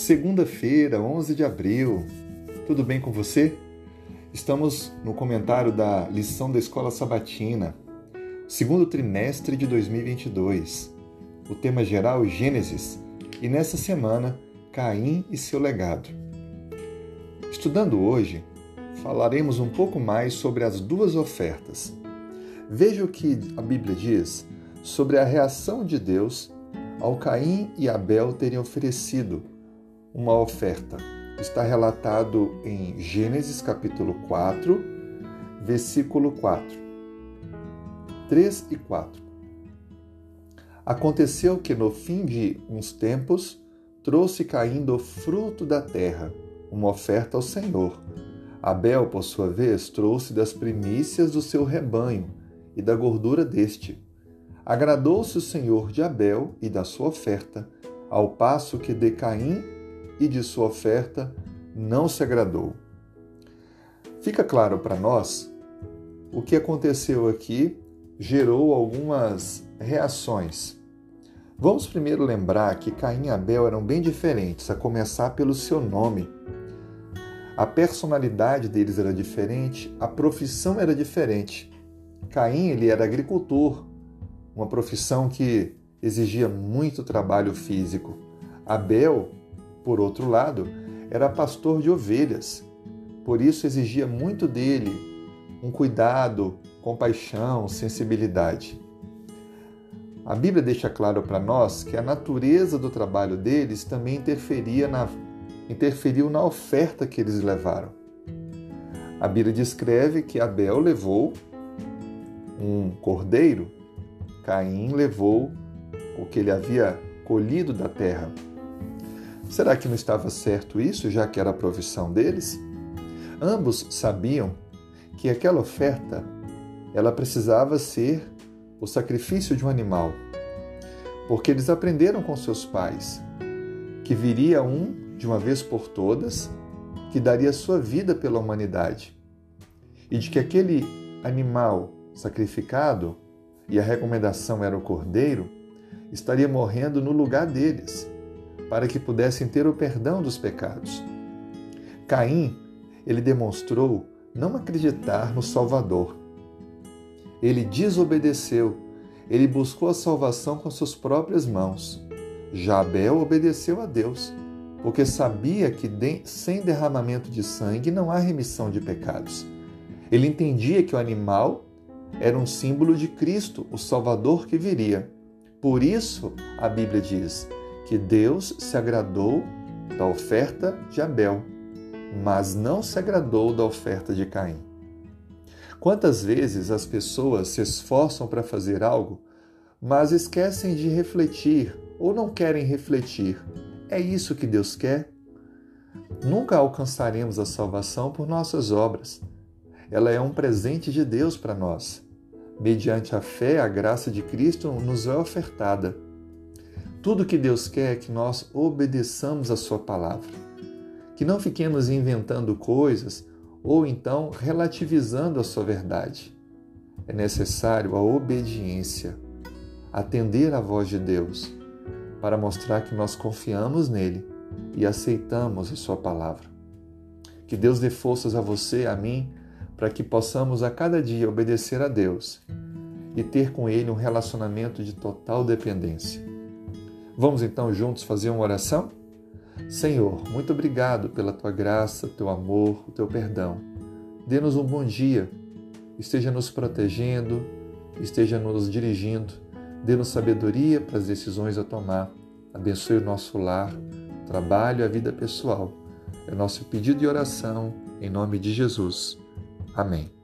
Segunda-feira, 11 de abril. Tudo bem com você? Estamos no comentário da lição da Escola Sabatina, segundo trimestre de 2022. O tema geral, Gênesis, e nessa semana, Caim e seu legado. Estudando hoje, falaremos um pouco mais sobre as duas ofertas. Veja o que a Bíblia diz sobre a reação de Deus ao Caim e Abel terem oferecido uma oferta. Está relatado em Gênesis capítulo 4, versículo 4. 3 e 4. Aconteceu que no fim de uns tempos, trouxe Caim do fruto da terra uma oferta ao Senhor. Abel, por sua vez, trouxe das primícias do seu rebanho e da gordura deste. Agradou-se o Senhor de Abel e da sua oferta, ao passo que de Caim e de sua oferta não se agradou. Fica claro para nós o que aconteceu aqui gerou algumas reações. Vamos primeiro lembrar que Caim e Abel eram bem diferentes, a começar pelo seu nome. A personalidade deles era diferente, a profissão era diferente. Caim, ele era agricultor, uma profissão que exigia muito trabalho físico. Abel, por outro lado, era pastor de ovelhas, por isso exigia muito dele um cuidado, compaixão, sensibilidade. A Bíblia deixa claro para nós que a natureza do trabalho deles também interferiu na oferta que eles levaram. A Bíblia descreve que Abel levou um cordeiro, Caim levou o que ele havia colhido da terra. Será que não estava certo isso, já que era a profissão deles? Ambos sabiam que aquela oferta ela precisava ser o sacrifício de um animal, porque eles aprenderam com seus pais que viria um, de uma vez por todas, que daria sua vida pela humanidade, e de que aquele animal sacrificado, e a recomendação era o cordeiro, estaria morrendo no lugar deles, para que pudessem ter o perdão dos pecados. Caim, ele demonstrou não acreditar no Salvador. Ele desobedeceu, ele buscou a salvação com suas próprias mãos. Já Abel obedeceu a Deus, porque sabia que sem derramamento de sangue não há remissão de pecados. Ele entendia que o animal era um símbolo de Cristo, o Salvador que viria. Por isso, a Bíblia diz que Deus se agradou da oferta de Abel, mas não se agradou da oferta de Caim. Quantas vezes as pessoas se esforçam para fazer algo, mas esquecem de refletir ou não querem refletir? É isso que Deus quer? Nunca alcançaremos a salvação por nossas obras. Ela é um presente de Deus para nós. Mediante a fé, a graça de Cristo nos é ofertada. Tudo que Deus quer é que nós obedeçamos a sua palavra. Que não fiquemos inventando coisas ou então relativizando a sua verdade. É necessário a obediência, atender à voz de Deus, para mostrar que nós confiamos nele e aceitamos a sua palavra. Que Deus dê forças a você, a mim, para que possamos a cada dia obedecer a Deus e ter com ele um relacionamento de total dependência. Vamos então juntos fazer uma oração? Senhor, muito obrigado pela tua graça, teu amor, o teu perdão. Dê-nos um bom dia, esteja nos protegendo, esteja nos dirigindo, dê-nos sabedoria para as decisões a tomar. Abençoe o nosso lar, o trabalho e a vida pessoal. É o nosso pedido e oração, em nome de Jesus. Amém.